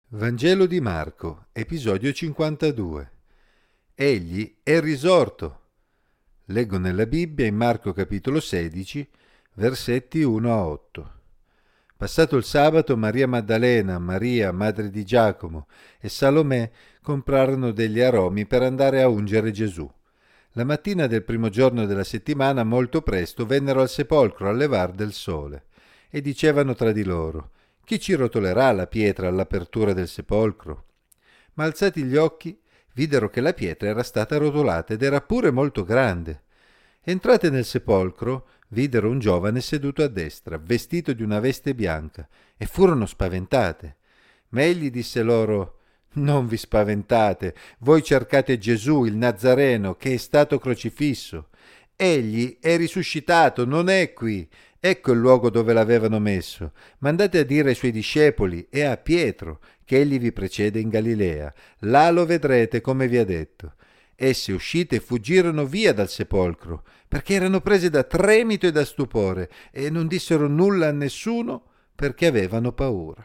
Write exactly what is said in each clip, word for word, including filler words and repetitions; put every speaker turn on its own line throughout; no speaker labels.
Vangelo di Marco, episodio cinquantadue. Egli è risorto. Leggo nella Bibbia in Marco capitolo sedici, versetti uno a otto. Passato il sabato, Maria Maddalena, Maria, madre di Giacomo, e Salomè comprarono degli aromi per andare a ungere Gesù. La mattina del primo giorno della settimana, molto presto, vennero al sepolcro al levar del sole, e dicevano tra di loro: «Chi ci rotolerà la pietra all'apertura del sepolcro?» Ma alzati gli occhi, videro che la pietra era stata rotolata ed era pure molto grande. Entrate nel sepolcro, videro un giovane seduto a destra, vestito di una veste bianca, e furono spaventate. Ma egli disse loro: «Non vi spaventate, voi cercate Gesù, il Nazareno, che è stato crocifisso. Egli è risuscitato, non è qui. Ecco il luogo dove l'avevano messo. Mandate a dire ai suoi discepoli e a Pietro che egli vi precede in Galilea. Là lo vedrete come vi ha detto». Esse, uscite, fuggirono via dal sepolcro, perché erano prese da tremito e da stupore, e non dissero nulla a nessuno perché avevano paura.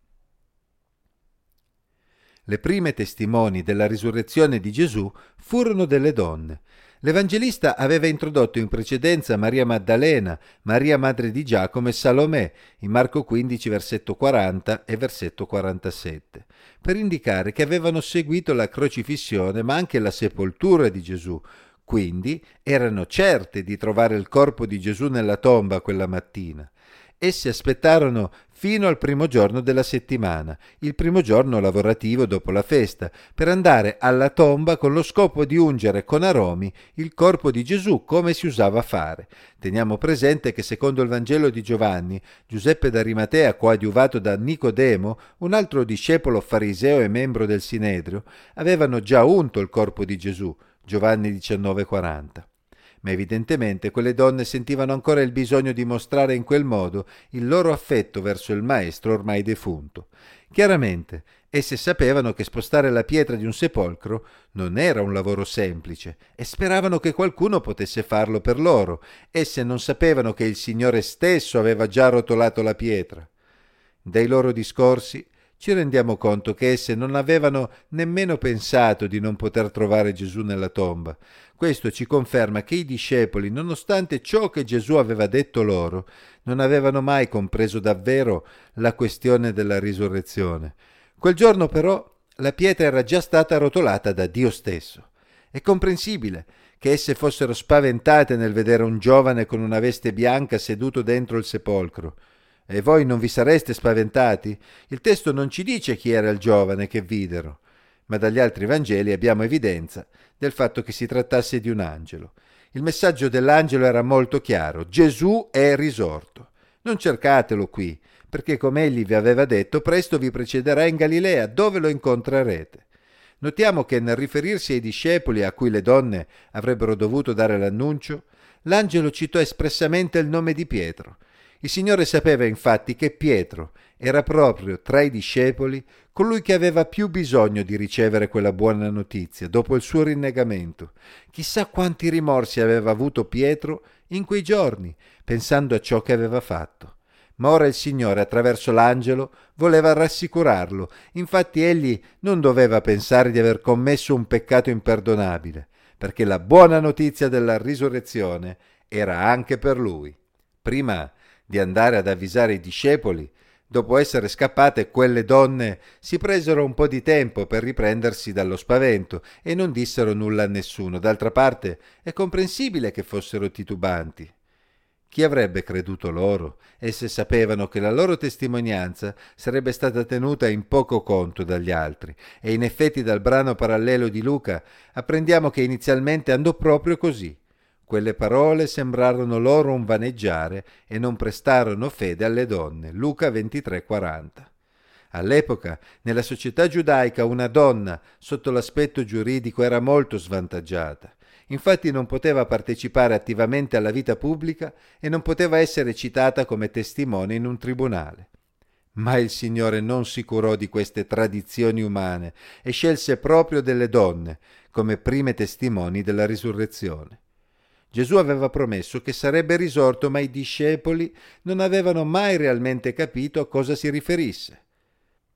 Le prime testimoni della risurrezione di Gesù furono delle donne. L'Evangelista aveva introdotto in precedenza Maria Maddalena, Maria madre di Giacomo e Salomè, in Marco quindici, versetto quaranta e versetto quarantasette, per indicare che avevano seguito la crocifissione ma anche la sepoltura di Gesù. Quindi erano certe di trovare il corpo di Gesù nella tomba quella mattina. Essi aspettarono fino al primo giorno della settimana, il primo giorno lavorativo dopo la festa, per andare alla tomba con lo scopo di ungere con aromi il corpo di Gesù come si usava fare. Teniamo presente che secondo il Vangelo di Giovanni, Giuseppe d'Arimatea, coadiuvato da Nicodemo, un altro discepolo fariseo e membro del Sinedrio, avevano già unto il corpo di Gesù, Giovanni diciannove quaranta. Ma evidentemente quelle donne sentivano ancora il bisogno di mostrare in quel modo il loro affetto verso il maestro ormai defunto. Chiaramente, esse sapevano che spostare la pietra di un sepolcro non era un lavoro semplice e speravano che qualcuno potesse farlo per loro. Esse non sapevano che il Signore stesso aveva già rotolato la pietra. Dai loro discorsi ci rendiamo conto che esse non avevano nemmeno pensato di non poter trovare Gesù nella tomba. Questo ci conferma che i discepoli, nonostante ciò che Gesù aveva detto loro, non avevano mai compreso davvero la questione della risurrezione. Quel giorno però la pietra era già stata rotolata da Dio stesso. È comprensibile che esse fossero spaventate nel vedere un giovane con una veste bianca seduto dentro il sepolcro. E voi non vi sareste spaventati? Il testo non ci dice chi era il giovane che videro, ma dagli altri Vangeli abbiamo evidenza del fatto che si trattasse di un angelo. Il messaggio dell'angelo era molto chiaro: Gesù è risorto. Non cercatelo qui, perché come egli vi aveva detto, presto vi precederà in Galilea, dove lo incontrerete. Notiamo che nel riferirsi ai discepoli a cui le donne avrebbero dovuto dare l'annuncio, l'angelo citò espressamente il nome di Pietro. Il Signore sapeva infatti che Pietro era proprio tra i discepoli colui che aveva più bisogno di ricevere quella buona notizia dopo il suo rinnegamento. Chissà quanti rimorsi aveva avuto Pietro in quei giorni, pensando a ciò che aveva fatto. Ma ora il Signore, attraverso l'angelo, voleva rassicurarlo. Infatti egli non doveva pensare di aver commesso un peccato imperdonabile, perché la buona notizia della risurrezione era anche per lui. Prima di andare ad avvisare i discepoli, dopo essere scappate, quelle donne si presero un po' di tempo per riprendersi dallo spavento e non dissero nulla a nessuno. D'altra parte è comprensibile che fossero titubanti. Chi avrebbe creduto loro? Esse sapevano che la loro testimonianza sarebbe stata tenuta in poco conto dagli altri, e in effetti dal brano parallelo di Luca apprendiamo che inizialmente andò proprio così. Quelle parole sembrarono loro un vaneggiare e non prestarono fede alle donne. Luca ventitré quaranta. All'epoca, nella società giudaica, una donna, sotto l'aspetto giuridico, era molto svantaggiata. Infatti non poteva partecipare attivamente alla vita pubblica e non poteva essere citata come testimone in un tribunale. Ma il Signore non si curò di queste tradizioni umane e scelse proprio delle donne come prime testimoni della risurrezione. Gesù aveva promesso che sarebbe risorto, ma i discepoli non avevano mai realmente capito a cosa si riferisse.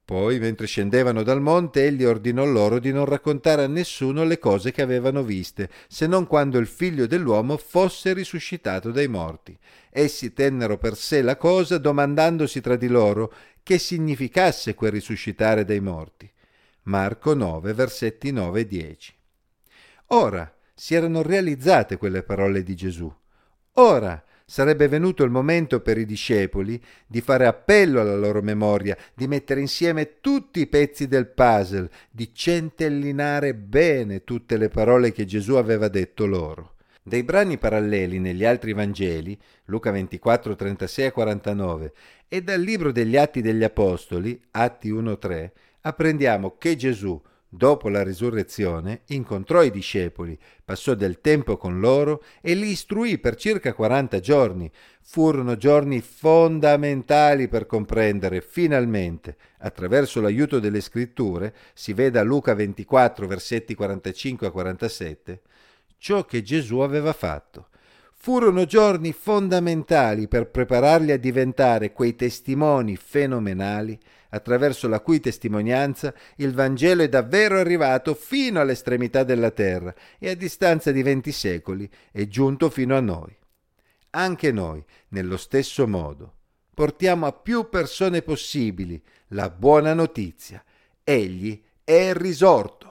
Poi, mentre scendevano dal monte, egli ordinò loro di non raccontare a nessuno le cose che avevano viste, se non quando il figlio dell'uomo fosse risuscitato dai morti. Essi tennero per sé la cosa, domandandosi tra di loro che significasse quel risuscitare dai morti. Marco nove, versetti nove e dieci. Ora si erano realizzate quelle parole di Gesù. Ora sarebbe venuto il momento per i discepoli di fare appello alla loro memoria, di mettere insieme tutti i pezzi del puzzle, di centellinare bene tutte le parole che Gesù aveva detto loro. Dei brani paralleli negli altri Vangeli, Luca ventiquattro, trentasei a quarantanove, e dal libro degli Atti degli Apostoli, Atti uno tre, apprendiamo che Gesù, dopo la risurrezione, incontrò i discepoli, passò del tempo con loro e li istruì per circa quaranta giorni. Furono giorni fondamentali per comprendere finalmente, attraverso l'aiuto delle scritture, si veda Luca ventiquattro, versetti quarantacinque a quarantasette, ciò che Gesù aveva fatto. Furono giorni fondamentali per prepararli a diventare quei testimoni fenomenali attraverso la cui testimonianza il Vangelo è davvero arrivato fino all'estremità della terra e a distanza di venti secoli è giunto fino a noi. Anche noi, nello stesso modo, portiamo a più persone possibili la buona notizia. Egli è risorto.